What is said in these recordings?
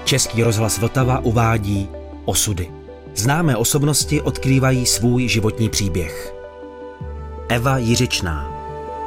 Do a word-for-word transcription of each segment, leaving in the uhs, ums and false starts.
Český rozhlas Vltava uvádí Osudy. Známé osobnosti odkrývají svůj životní příběh. Eva Jiřičná.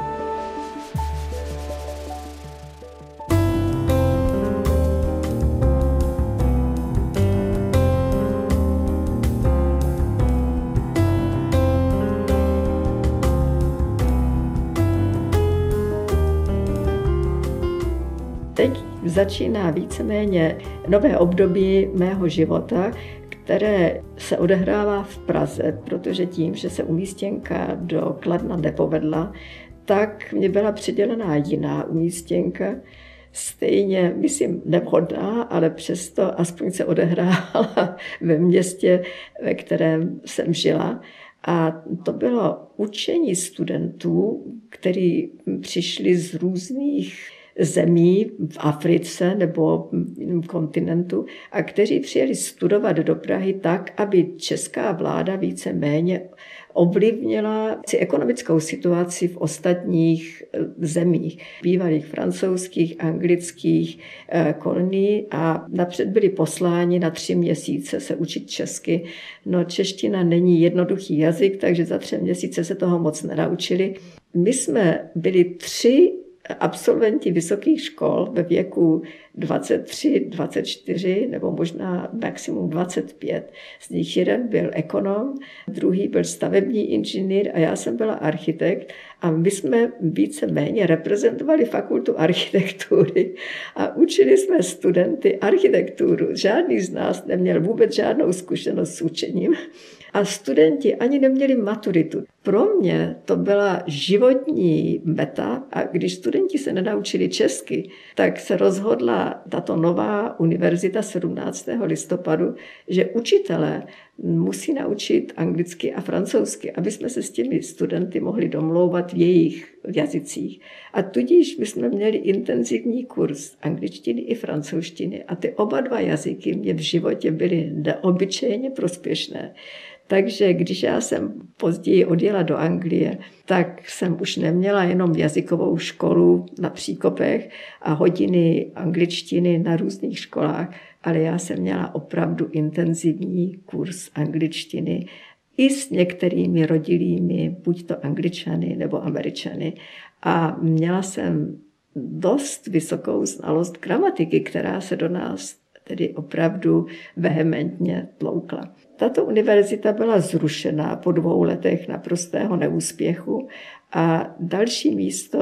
Teď začíná víceméně nové období mého života, které se odehrává v Praze, protože tím, že se umístěnka do Kladna nepovedla, tak mě byla přidělená jiná umístěnka, stejně, myslím, nevhodná, ale přesto aspoň se odehrála ve městě, ve kterém jsem žila. A to bylo učení studentů, kteří přišli z různých zemí v Africe nebo v jiném kontinentu a kteří přijeli studovat do Prahy tak, aby česká vláda víceméně ovlivnila si ekonomickou situaci v ostatních zemích, bývalých francouzských, anglických kolonií, a napřed byli posláni na tři měsíce se učit česky. No, čeština není jednoduchý jazyk, takže za tři měsíce se toho moc nenaučili. My jsme byli tři absolventi vysokých škol ve věku dvacet tři, dvacet čtyři nebo možná maximum dvacet pět. Z nich jeden byl ekonom, druhý byl stavební inženýr a já jsem byla architekt a my jsme víceméně reprezentovali fakultu architektury a učili jsme studenty architekturu. Žádný z nás neměl vůbec žádnou zkušenost s učením. A studenti ani neměli maturitu. Pro mě to byla životní meta a když studenti se nenaučili česky, tak se rozhodla tato nová univerzita sedmnáctého listopadu, že učitelé musí naučit anglicky a francouzsky, aby jsme se s těmi studenty mohli domlouvat v jejich jazycích. A tudíž my jsme měli intenzivní kurz angličtiny i francouzštiny a ty oba dva jazyky mě v životě byly neobyčejně prospěšné. Takže když já jsem později odjela do Anglie, tak jsem už neměla jenom jazykovou školu na Příkopech a hodiny angličtiny na různých školách, ale já jsem měla opravdu intenzivní kurz angličtiny i s některými rodilými, buď to Angličany nebo Američany. A měla jsem dost vysokou znalost gramatiky, která se do nás tedy opravdu vehementně tloukla. Tato univerzita byla zrušena po dvou letech naprostého neúspěchu a další místo,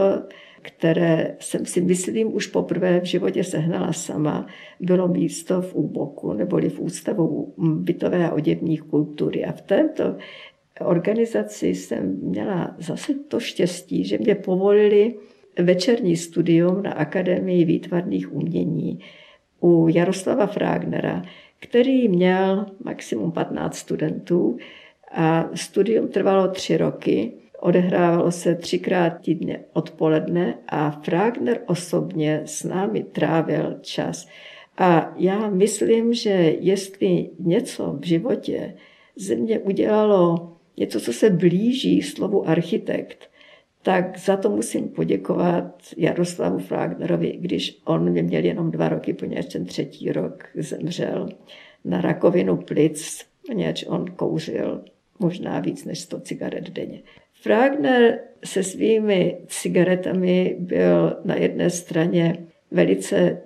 které jsem si myslím už poprvé v životě sehnala sama, bylo místo v Úboku, neboli v Ústavu bytové a oděvní kultury. A v této organizaci jsem měla zase to štěstí, že mě povolili večerní studium na Akademii výtvarných umění u Jaroslava Frágnera, který měl maximum patnáct studentů a studium trvalo tři roky. Odehrávalo se třikrát týdně odpoledne a Frágner osobně s námi trávil čas. A já myslím, že jestli něco v životě ze mě udělalo něco, co se blíží slovu architekt, tak za to musím poděkovat Jaroslavu Frágnerovi, když on mě měl jenom dva roky, poněvadž ten třetí rok zemřel na rakovinu plic, poněvadž on kouřil možná víc než sto cigaret denně. Frágner se svými cigaretami byl na jedné straně velice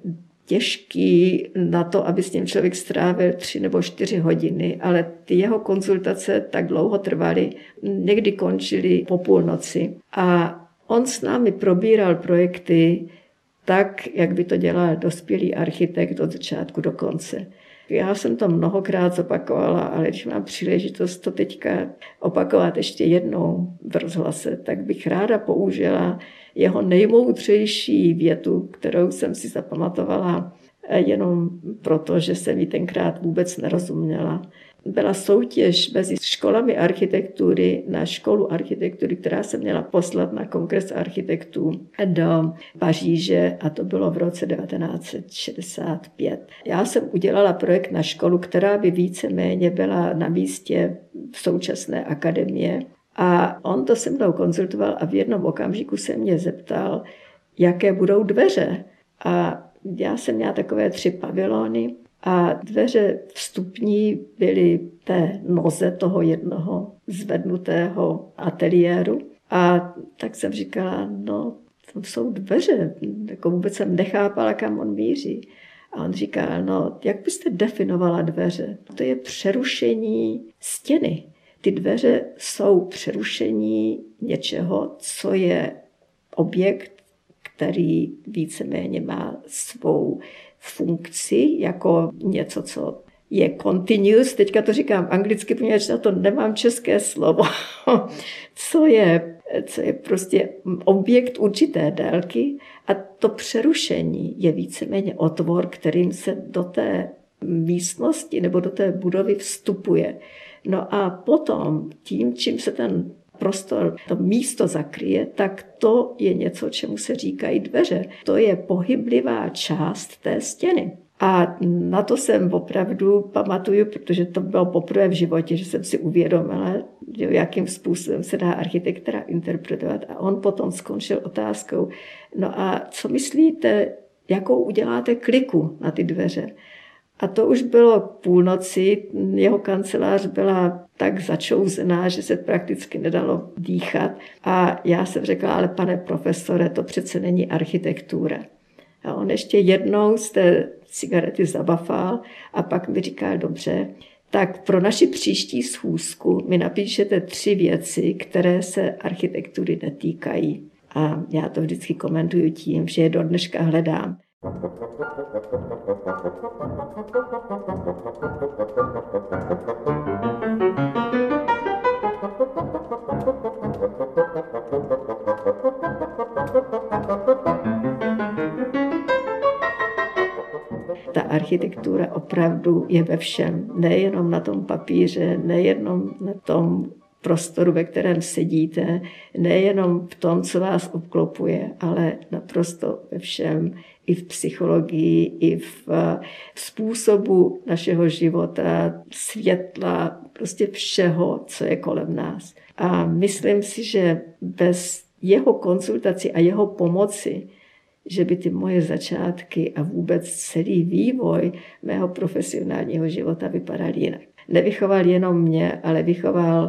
těžký na to, aby s ním člověk strávil tři nebo čtyři hodiny, ale ty jeho konzultace tak dlouho trvaly, někdy končily po půlnoci. A on s námi probíral projekty tak, jak by to dělal dospělý architekt od začátku do konce. Já jsem to mnohokrát zopakovala, ale když mám příležitost to teďka opakovat ještě jednou v rozhlase, tak bych ráda použila jeho nejmoudřejší větu, kterou jsem si zapamatovala jenom proto, že jsem ji tenkrát vůbec nerozuměla. Byla soutěž mezi školami architektury na školu architektury, která se měla poslat na kongres architektů do Paříže a to bylo v roce devatenáct set šedesát pět. Já jsem udělala projekt na školu, která by víceméně byla na místě v současné akademie a on to se mnou konzultoval a v jednom okamžiku se mě zeptal, jaké budou dveře. A já jsem měla takové tři pavilony A dveře vstupní byly té noze toho jednoho zvednutého ateliéru. A tak jsem říkala, no, to jsou dveře. Jako vůbec jsem nechápala, kam on míří. A on říkal, no, jak byste definovala dveře? To je přerušení stěny. Ty dveře jsou přerušení něčeho, co je objekt, který víceméně má svou funkci jako něco, co je continuous. Teďka to říkám anglicky, poněvadž na to nemám české slovo. co, je, co je prostě objekt určité délky a to přerušení je víceméně otvor, kterým se do té místnosti nebo do té budovy vstupuje. No a potom tím, čím se ten prostor, to místo zakryje, tak to je něco, čemu se říkají dveře. To je pohyblivá část té stěny. A na to jsem opravdu pamatuju, protože to bylo poprvé v životě, že jsem si uvědomila, jakým způsobem se dá architektura interpretovat. A on potom skončil otázkou, no a co myslíte, jakou uděláte kliku na ty dveře? A to už bylo k půlnoci, jeho kancelář byla tak začouzená, že se prakticky nedalo dýchat. A já jsem řekla, ale pane profesore, to přece není architektura. A on ještě jednou z té cigarety zabafal a pak mi říkal, dobře, tak pro naši příští schůzku mi napíšete tři věci, které se architektury netýkají. A já to vždycky komentuju tím, že je do dneška hledám. Ta architektura opravdu je ve všem, nejenom na tom papíře, nejenom na tom prostoru, ve kterém sedíte, nejenom v tom, co vás obklopuje, ale naprosto ve všem, i v psychologii, i v způsobu našeho života, světla, prostě všeho, co je kolem nás. A myslím si, že bez jeho konzultací a jeho pomoci, že by ty moje začátky a vůbec celý vývoj mého profesionálního života vypadal jinak. Nevychoval jenom mě, ale vychoval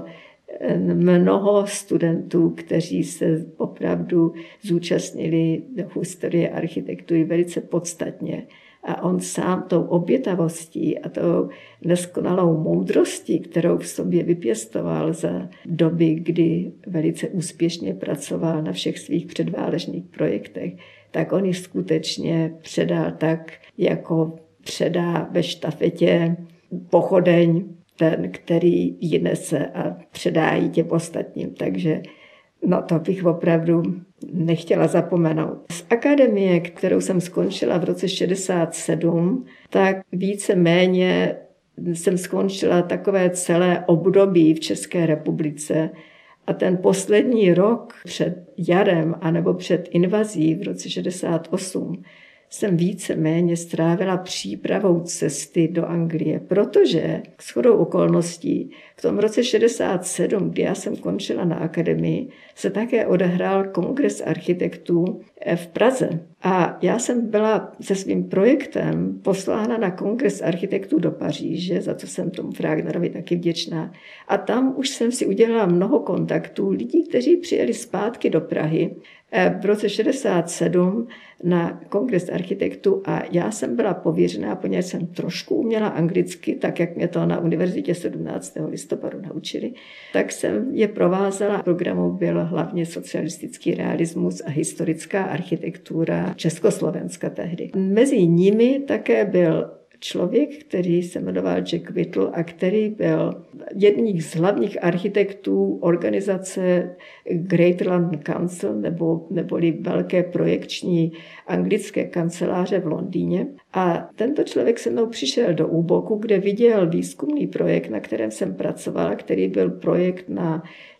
mnoho studentů, kteří se opravdu zúčastnili do historie architektury velice podstatně. A on sám tou obětavostí a tou neskonalou moudrostí, kterou v sobě vypěstoval za doby, kdy velice úspěšně pracoval na všech svých předválečných projektech, tak on ji skutečně předal tak, jako předá ve štafetě pochodeň ten, který ji nese a předá ji těm ostatním. Takže no to bych opravdu nechtěla zapomenout. Z akademie, kterou jsem skončila v roce šedesát sedm, tak více-méně jsem skončila takové celé období v České republice. A ten poslední rok před jarem anebo před invazí v roce šedesát osm jsem více-méně strávila přípravou cesty do Anglie, protože shodou okolností v tom roce šedesát sedm, kdy já jsem končila na akademii, se také odehrál kongres architektů v Praze. A já jsem byla se svým projektem poslána na kongres architektů do Paříže, za co jsem tomu Fragnerovi taky vděčná. A tam už jsem si udělala mnoho kontaktů lidí, kteří přijeli zpátky do Prahy v roce šedesát sedm na kongres architektů a já jsem byla pověřená, poněvadž jsem trošku uměla anglicky, tak jak mě to na univerzitě sedmnáctého listopadu naučili, tak jsem je provázela. Programu byl hlavně socialistický realismus a historická architektura Československa tehdy. Mezi nimi také byl člověk, který se jmenoval Jack Whittle a který byl jedním z hlavních architektů organizace Great London Council, nebo, neboli velké projekční anglické kanceláře v Londýně. A tento člověk se mnou přišel do Úboku, kde viděl výzkumný projekt, na kterém jsem pracovala, který byl projekt na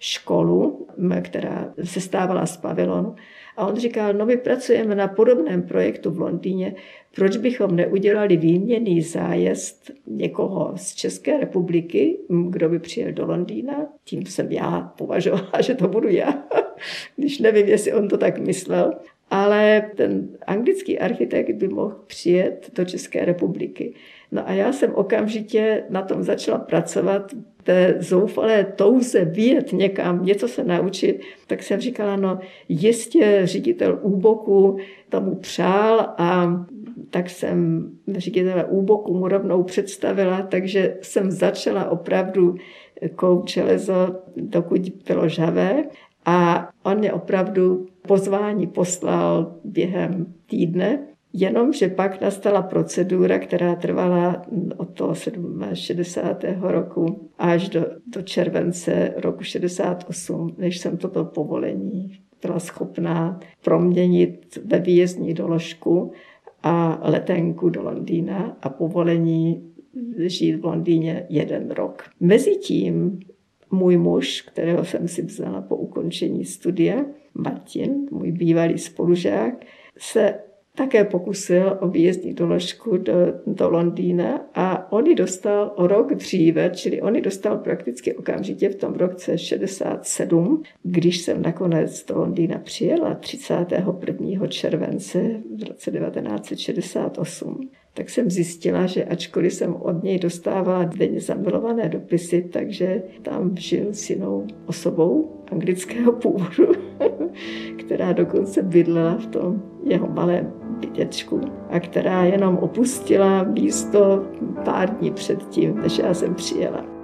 školu, která se stávala z pavilonu. A on říkal, no my pracujeme na podobném projektu v Londýně, proč bychom neudělali výměnný zájezd někoho z České republiky, kdo by přijel do Londýna. Tím jsem já považovala, že to budu já, když nevím, jestli on to tak myslel. ale ten anglický architekt by mohl přijet do České republiky. No a já jsem okamžitě na tom začala pracovat, té zoufalé touze vyjet někam, něco se naučit, tak jsem říkala, no jistě ředitel Úboku tomu přál a tak jsem ředitele Úboku mu rovnou představila, takže jsem začala opravdu kout železo, dokud bylo žhavé a on mě opravdu pozvání poslal během týdne. Jenomže pak nastala procedura, která trvala od toho šedesátého roku až do, do července roku šedesát osm, než jsem toto povolení byla schopná proměnit ve výjezdní doložku a letenku do Londýna a povolení žít v Londýně jeden rok. Mezitím můj muž, kterého jsem si vzala po ukončení studia, Martin, můj bývalý spolužák, se také pokusil o výjezdní doložku do, do Londýna a on ji dostal o rok dříve, čili on ji dostal prakticky okamžitě v tom roce šedesát sedm, když jsem nakonec do Londýna přijela třicátého prvního července v roce devatenáct set šedesát osm. Tak jsem zjistila, že ačkoliv jsem od něj dostávala denně zamilované dopisy, takže tam žil s jinou osobou anglického původu, která dokonce bydlela v tom jeho malém bytečku a která jenom opustila místo pár dní předtím, než já jsem přijela.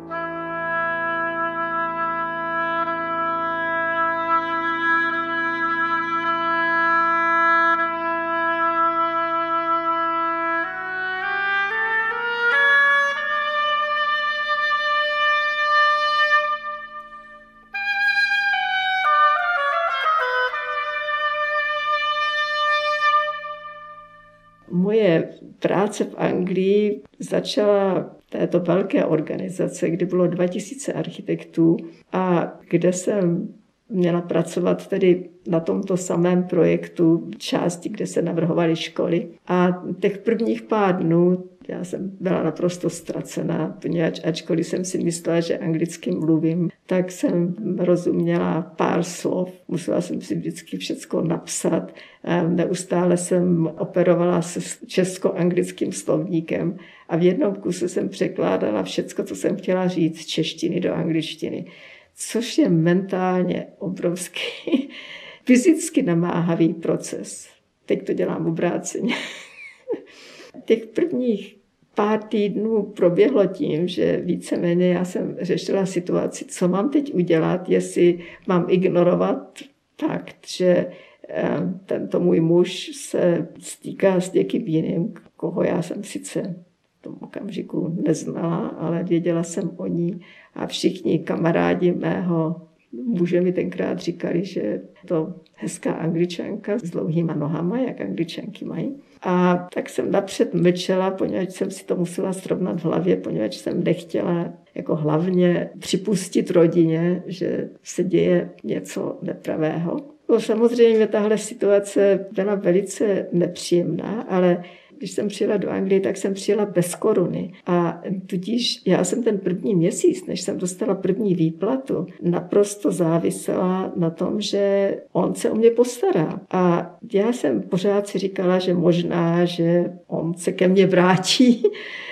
Moje práce v Anglii začala této velké organizace, kde bylo dva tisíce architektů a kde jsem měla pracovat tedy na tomto samém projektu, části, kde se navrhovaly školy. A těch prvních pár dnů já jsem byla naprosto ztracená, poněvadž ačkoliv jsem si myslela, že anglicky mluvím, tak jsem rozuměla pár slov. Musela jsem si vždycky všecko napsat. Neustále jsem operovala se česko-anglickým slovníkem a v jednom kuse jsem překládala všecko, co jsem chtěla říct z češtiny do angličtiny. Což je mentálně obrovský, fyzicky namáhavý proces. Teď to dělám obráceně. Těch prvních pár týdnů proběhlo tím, že víceméně já jsem řešila situaci, co mám teď udělat, jestli mám ignorovat fakt, že tento můj muž se stýká s někým jiným, koho já jsem sice v tom okamžiku neznala, ale věděla jsem o ní a všichni kamarádi mého muže mi tenkrát říkali, že to hezká Angličanka s dlouhýma nohama, jak Angličanky mají. A tak jsem napřed mlčela, poněvadž jsem si to musela srovnat v hlavě, poněvadž jsem nechtěla jako hlavně připustit rodině, že se děje něco nepravého. No, samozřejmě tahle situace byla velice nepříjemná, ale když jsem přijela do Anglie, tak jsem přijela bez koruny. A tudíž já jsem ten první měsíc, než jsem dostala první výplatu, naprosto závisela na tom, že on se o mě postará. A já jsem pořád si říkala, že možná, že on se ke mně vrátí.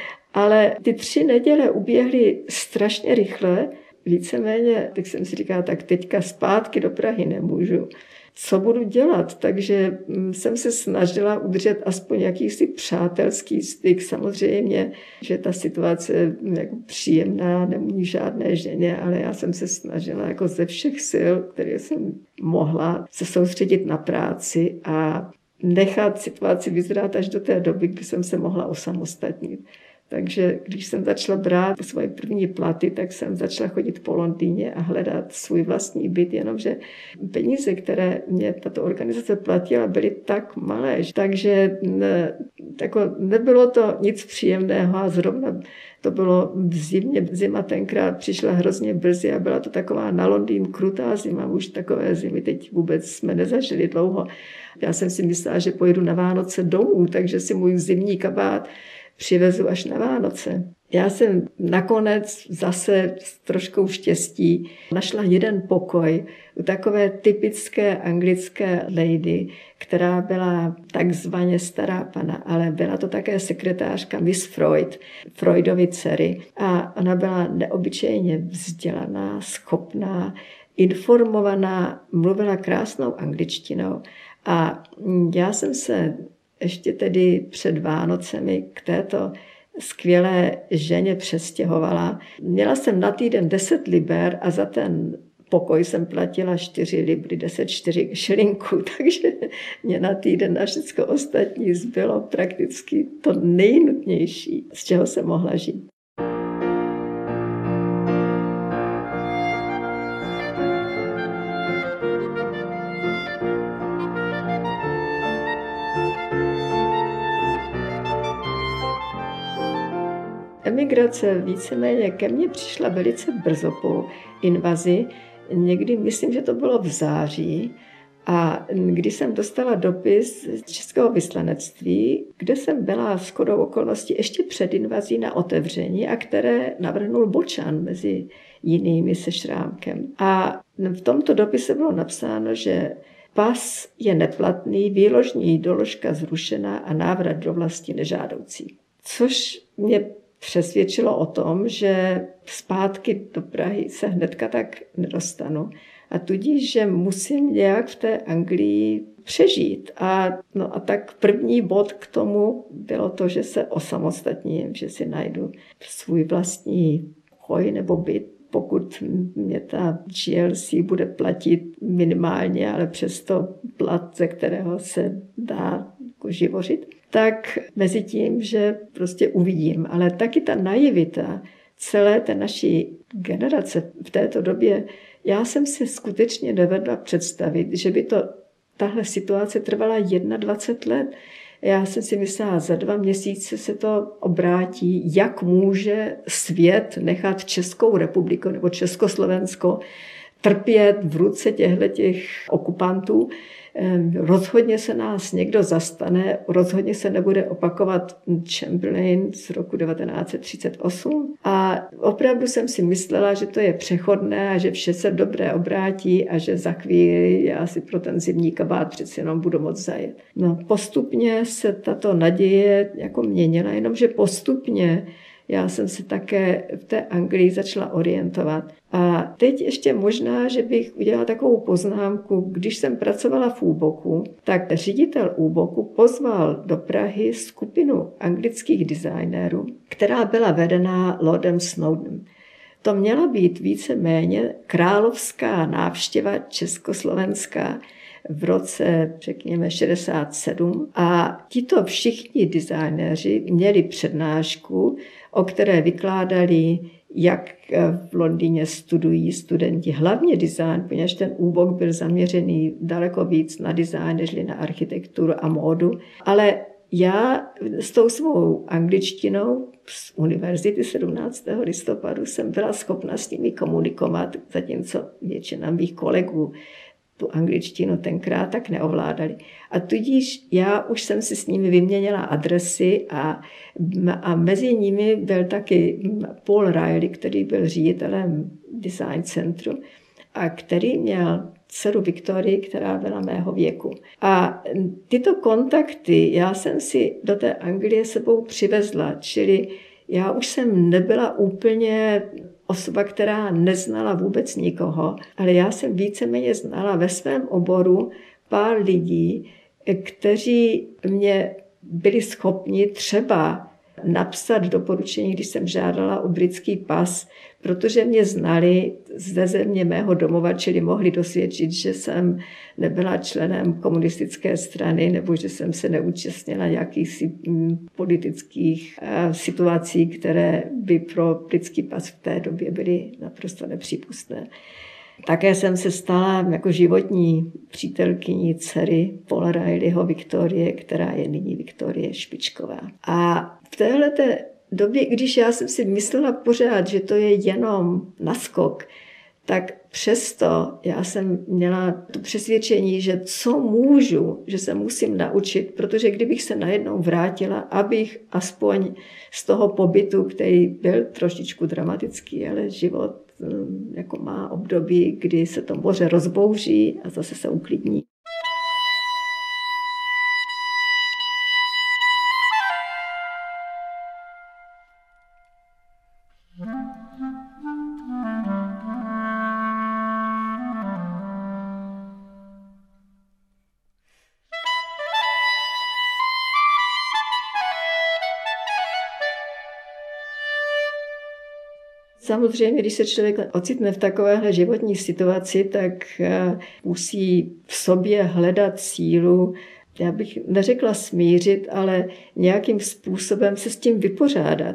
Ale ty tři neděle uběhly strašně rychle. Víceméně, tak jsem si říkala, tak teďka zpátky do Prahy nemůžu. Co budu dělat? Takže jsem se snažila udržet aspoň jakýsi přátelský styk. Samozřejmě, že ta situace je jako příjemná, nemůžu žádné ženě, ale já jsem se snažila jako ze všech sil, které jsem mohla, se soustředit na práci a nechat situaci vyzrát až do té doby, kdy jsem se mohla osamostatnit. Takže když jsem začala brát svoje první platy, tak jsem začala chodit po Londýně a hledat svůj vlastní byt, jenomže peníze, které mě tato organizace platila, byly tak malé, takže ne, tako, nebylo to nic příjemného a zrovna to bylo v zimě. Zima tenkrát přišla hrozně brzy a byla to taková na Londýn krutá zima. Už takové zimy teď vůbec jsme nezažili dlouho. Já jsem si myslela, že pojedu na Vánoce domů, takže si můj zimní kabát přivezu až na Vánoce. Já jsem nakonec zase s troškou štěstí našla jeden pokoj u takové typické anglické lady, která byla takzvaně stará pana, ale byla to také sekretářka Miss Freud, Freudovy dcery. A ona byla neobyčejně vzdělaná, schopná, informovaná, mluvila krásnou angličtinou. A já jsem se ještě tedy před Vánocemi k této skvělé ženě přestěhovala. Měla jsem na týden deset liber a za ten pokoj jsem platila čtyři libry, deset čtyři šilinků, takže mě na týden na všechno ostatní zbylo prakticky to nejnutnější, z čeho jsem mohla žít. Emigrace víceméně ke mně přišla velice brzo po invazi. Někdy, myslím, že to bylo v září. A když jsem dostala dopis z českého vyslanectví, kde jsem byla shodou okolností ještě před invazí na otevření a které navrhnul Bočan mezi jinými se Šrámkem. A v tomto dopise bylo napsáno, že pas je neplatný, výložní doložka zrušená a návrat do vlasti nežádoucí. Což mě přesvědčilo o tom, že zpátky do Prahy se hnedka tak nedostanu. A tudíž, že musím nějak v té Anglii přežít. A, no a tak první bod k tomu bylo to, že se osamostatním, že si najdu svůj vlastní pokoj nebo byt, pokud mě ta G L C bude platit minimálně, ale přesto plat, ze kterého se dá jako živořit, tak mezi tím, že prostě uvidím. Ale taky ta naivita celé té naší generace v této době, já jsem si skutečně dovedla představit, že by to tahle situace trvala dvacet jedna let. Já jsem si myslela, za dva měsíce se to obrátí, jak může svět nechat Českou republiku nebo Československo trpět v ruce těchto okupantů. Rozhodně se nás někdo zastane, rozhodně se nebude opakovat Chamberlain z roku devatenáct set třicet osm. A opravdu jsem si myslela, že to je přechodné a že vše se dobré obrátí a že za chvíli já si pro ten zimní kabát přeci jenom budu moct zajet. No, postupně se tato naděje jako měnila, jenomže postupně já jsem se také v té Anglii začala orientovat. A teď ještě možná, že bych udělala takovou poznámku, když jsem pracovala v Úboku, tak ředitel Úboku pozval do Prahy skupinu anglických designérů, která byla vedená Lordem Snowdenem. To měla být víceméně královská návštěva Československa v roce, řekněme, šedesát sedm. A tito všichni designéři měli přednášku, o které vykládali, jak v Londýně studují studenti, hlavně design, poněvadž ten Úbok byl zaměřený daleko víc na design, než na architekturu a módu. Ale já s tou svou angličtinou z univerzity sedmnáctého listopadu jsem byla schopna s nimi komunikovat, zatímco většina mých kolegů tu angličtinu tenkrát tak neovládali. A tudíž já už jsem si s nimi vyměnila adresy a, a mezi nimi byl taky Paul Riley, který byl ředitelem design centru a který měl dceru Viktorii, která byla mého věku. A tyto kontakty já jsem si do té Anglie sebou přivezla, čili já už jsem nebyla úplně osoba, která neznala vůbec nikoho, ale já jsem víceméně znala ve svém oboru pár lidí, kteří mě byli schopni třeba napsat doporučení, když jsem žádala o britský pas, protože mě znali ze země mého domova, čili mohli dosvědčit, že jsem nebyla členem komunistické strany nebo že jsem se neúčastnila nějakých politických situací, které by pro britský pas v té době byly naprosto nepřípustné. Také jsem se stala jako životní přítelkyní dcery Paula Rileyho Viktorie, která je nyní Viktorie Špičková. A v téhleté době, když já jsem si myslela pořád, že to je jenom naskok, tak přesto já jsem měla to přesvědčení, že co můžu, že se musím naučit, protože kdybych se najednou vrátila, abych aspoň z toho pobytu, který byl trošičku dramatický, ale život jako má období, kdy se to moře rozbouří a zase se uklidní. Samozřejmě, když se člověk ocitne v takovéhle životní situaci, tak musí v sobě hledat sílu, já bych neřekla smířit, ale nějakým způsobem se s tím vypořádat.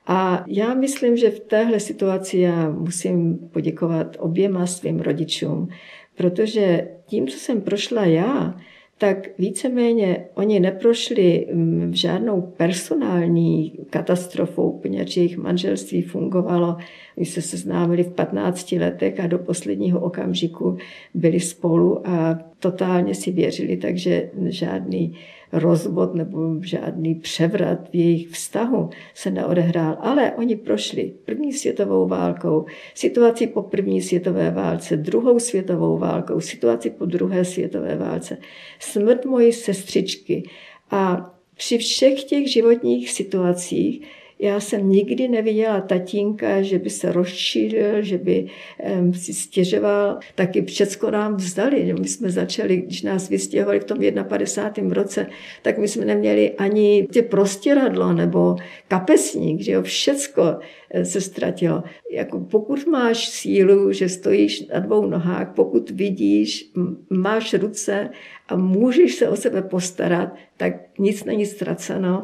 A já myslím, že v téhle situaci já musím poděkovat oběma svým rodičům, protože tím, co jsem prošla já, tak víceméně oni neprošli žádnou personální katastrofou, poněvadž jejich manželství fungovalo. Oni se seznámili v patnácti letech a do posledního okamžiku byli spolu a totálně si věřili, takže žádný rozvod nebo žádný převrat v jejich vztahu se neodehrál. Ale oni prošli první světovou válkou, situaci po první světové válce, druhou světovou válkou, situaci po druhé světové válce, smrt mojí sestřičky. A při všech těch životních situacích já jsem nikdy neviděla tatínka, že by se rozčílil, že by um, si stěžoval. Taky všecko nám vzdali. My jsme začali, když nás vystěhovali v tom padesátém prvním roce, tak my jsme neměli ani tě prostěradlo nebo kapesník, že jo, všecko se ztratilo. Jako pokud máš sílu, že stojíš na dvou nohách, pokud vidíš, máš ruce a můžeš se o sebe postarat, tak nic není ztraceno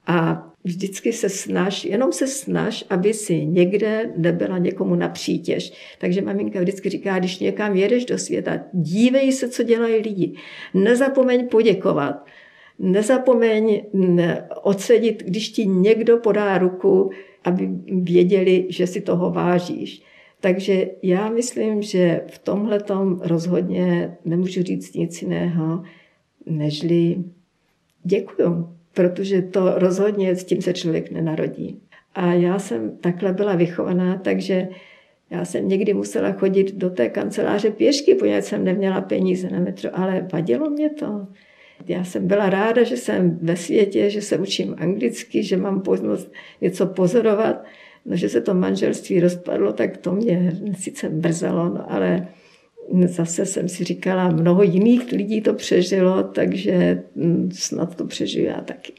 a vždycky se snaž, jenom se snaž, aby si někde nebyla někomu na přítěž. Takže maminka vždycky říká, když někam jedeš do světa, dívej se, co dělají lidi. Nezapomeň poděkovat. Nezapomeň ocenit, když ti někdo podá ruku, aby věděli, že si toho vážíš. Takže já myslím, že v tomhletom rozhodně nemůžu říct nic jiného, nežli děkuju. Protože to rozhodně s tím se člověk nenarodí. A já jsem takhle byla vychovaná, takže já jsem někdy musela chodit do té kanceláře pěšky, poněvadž jsem neměla peníze na metro, ale vadilo mě to. Já jsem byla ráda, že jsem ve světě, že se učím anglicky, že mám možnost něco pozorovat. No, že se to manželství rozpadlo, tak to mě sice mrzelo, no, ale zase jsem si říkala, mnoho jiných lidí to přežilo, takže snad to přežiju já taky.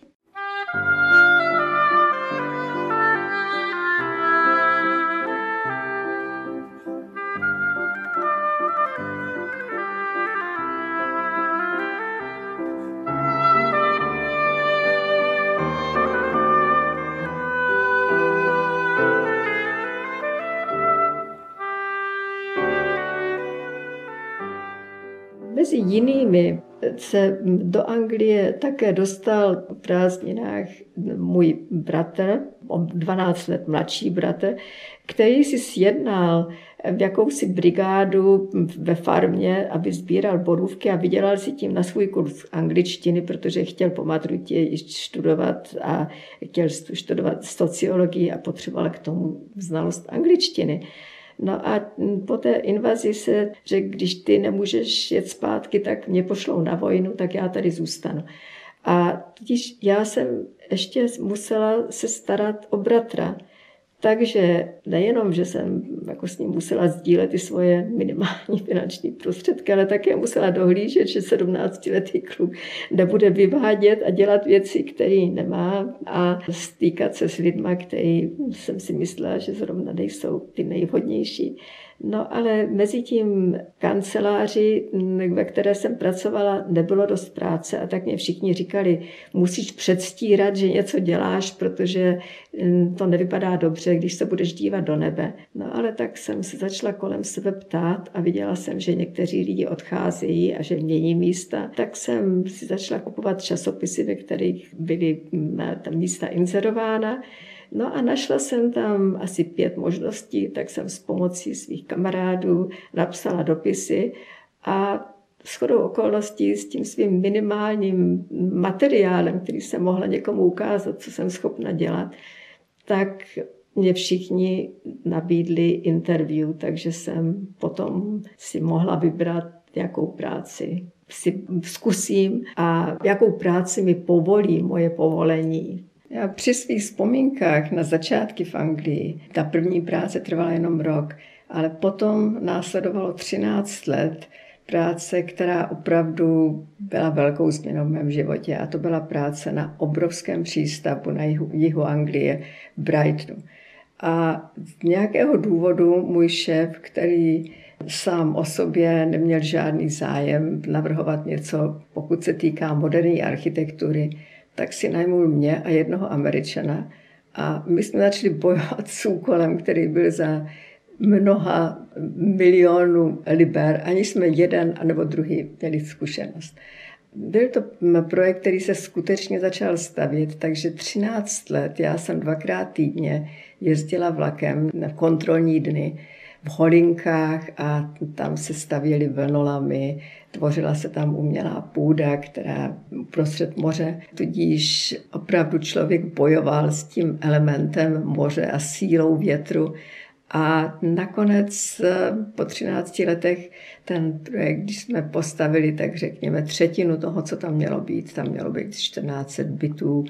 Mezi jinými se do Anglie také dostal v prázdninách můj bratr, dvanáct let mladší bratr, který si sjednal v jakousi brigádu ve farmě, aby sbíral borůvky a vydělal si tím na svůj kurz angličtiny, protože chtěl po maturitě již studovat a chtěl studovat sociologii a potřeboval k tomu znalost angličtiny. No a po té invazi se řekl, když ty nemůžeš jet zpátky, tak mě pošlou na vojnu, tak já tady zůstanu. A totiž já jsem ještě musela se starat o bratra. Takže nejenom, že jsem jako s ním musela sdílet ty svoje minimální finanční prostředky, ale také musela dohlížet, že sedmnáctiletý kluk nebude vyvádět a dělat věci, které nemá a stýkat se s lidma, který jsem si myslela, že zrovna nejsou ty nejvhodnější. No ale mezi tím kanceláři, ve které jsem pracovala, nebylo dost práce a tak mě všichni říkali, musíš předstírat, že něco děláš, protože to nevypadá dobře, když se budeš dívat do nebe. No ale tak jsem se začala kolem sebe ptát a viděla jsem, že někteří lidi odcházejí a že mění místa. Tak jsem si začala kupovat časopisy, ve kterých byly ta místa inzerována. No a našla jsem tam asi pět možností, tak jsem s pomocí svých kamarádů napsala dopisy a shodou okolností s tím svým minimálním materiálem, který jsem mohla někomu ukázat, co jsem schopna dělat, tak mě všichni nabídli interview, takže jsem potom si mohla vybrat, jakou práci si zkusím a jakou práci mi povolí moje povolení. Já při svých vzpomínkách na začátky v Anglii, ta první práce trvala jenom rok, ale potom následovalo třináct let práce, která opravdu byla velkou změnou v mém životě. A to byla práce na obrovském přístavu na jihu, jihu Anglie, v Brightonu. A z nějakého důvodu můj šéf, který sám o sobě neměl žádný zájem navrhovat něco, pokud se týká moderní architektury, tak si najmul mě a jednoho Američana. A my jsme začali bojovat s úkolem, který byl za mnoha milionů liber, ani jsme jeden anebo druhý měli zkušenost. Byl to projekt, který se skutečně začal stavět, takže třináct let, já jsem dvakrát týdně jezdila vlakem na kontrolní dny v holinkách a tam se stavěly vlnolamy, tvořila se tam umělá půda, která prostřed moře, tudíž opravdu člověk bojoval s tím elementem moře a sílou větru. A nakonec po třinácti letech ten projekt, když jsme postavili, tak řekněme třetinu toho, co tam mělo být, tam mělo být čtrnáct set bytů,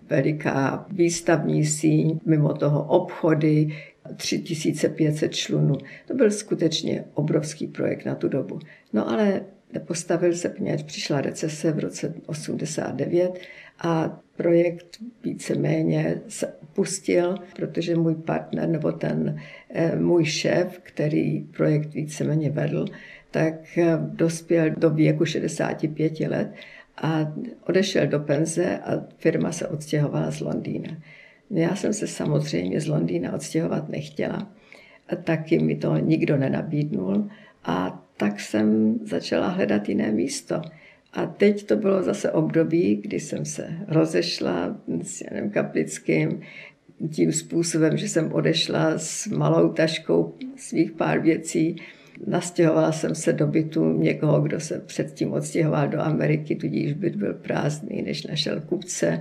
veliká výstavní síň, mimo toho obchody, tři tisíce pět set člunů. To byl skutečně obrovský projekt na tu dobu. No ale nepostavil se, poněvadž přišla recese v roce osmdesát devět a projekt víceméně se opustil, protože můj partner nebo ten můj šéf, který projekt víceméně vedl, tak dospěl do věku šedesáti pěti let a odešel do penze a firma se odstěhovala z Londýna. Já jsem se samozřejmě z Londýna odstěhovat nechtěla a taky mi to nikdo nenabídnul a tak jsem začala hledat jiné místo. A teď to bylo zase období, kdy jsem se rozešla s Janem Kaplickým tím způsobem, že jsem odešla s malou taškou svých pár věcí. Nastěhovala jsem se do bytu někoho, kdo se předtím odstěhoval do Ameriky, tudíž byt byl prázdný, než našel kupce.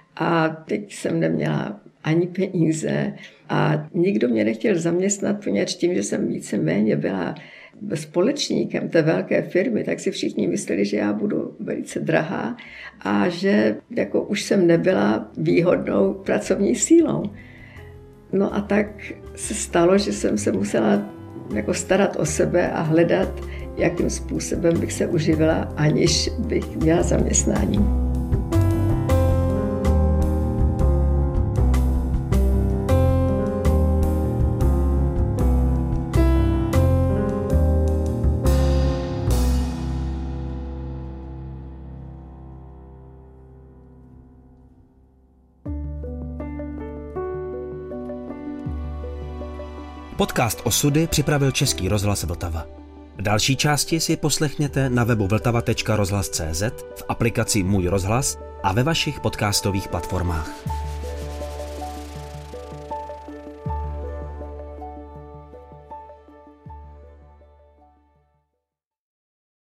A teď jsem neměla ani peníze a nikdo mě nechtěl zaměstnat, poněvadž tím, že jsem víceméně byla společníkem té velké firmy, tak si všichni mysleli, že já budu velice drahá a že jako už jsem nebyla výhodnou pracovní sílou. No a tak se stalo, že jsem se musela jako starat o sebe a hledat, jakým způsobem bych se uživila, aniž bych měla zaměstnání. Podcast Osudy připravil Český rozhlas Vltava. Další části si poslechněte na webu vltava tečka rozhlas tečka cé zet, v aplikaci Můj rozhlas a ve vašich podcastových platformách.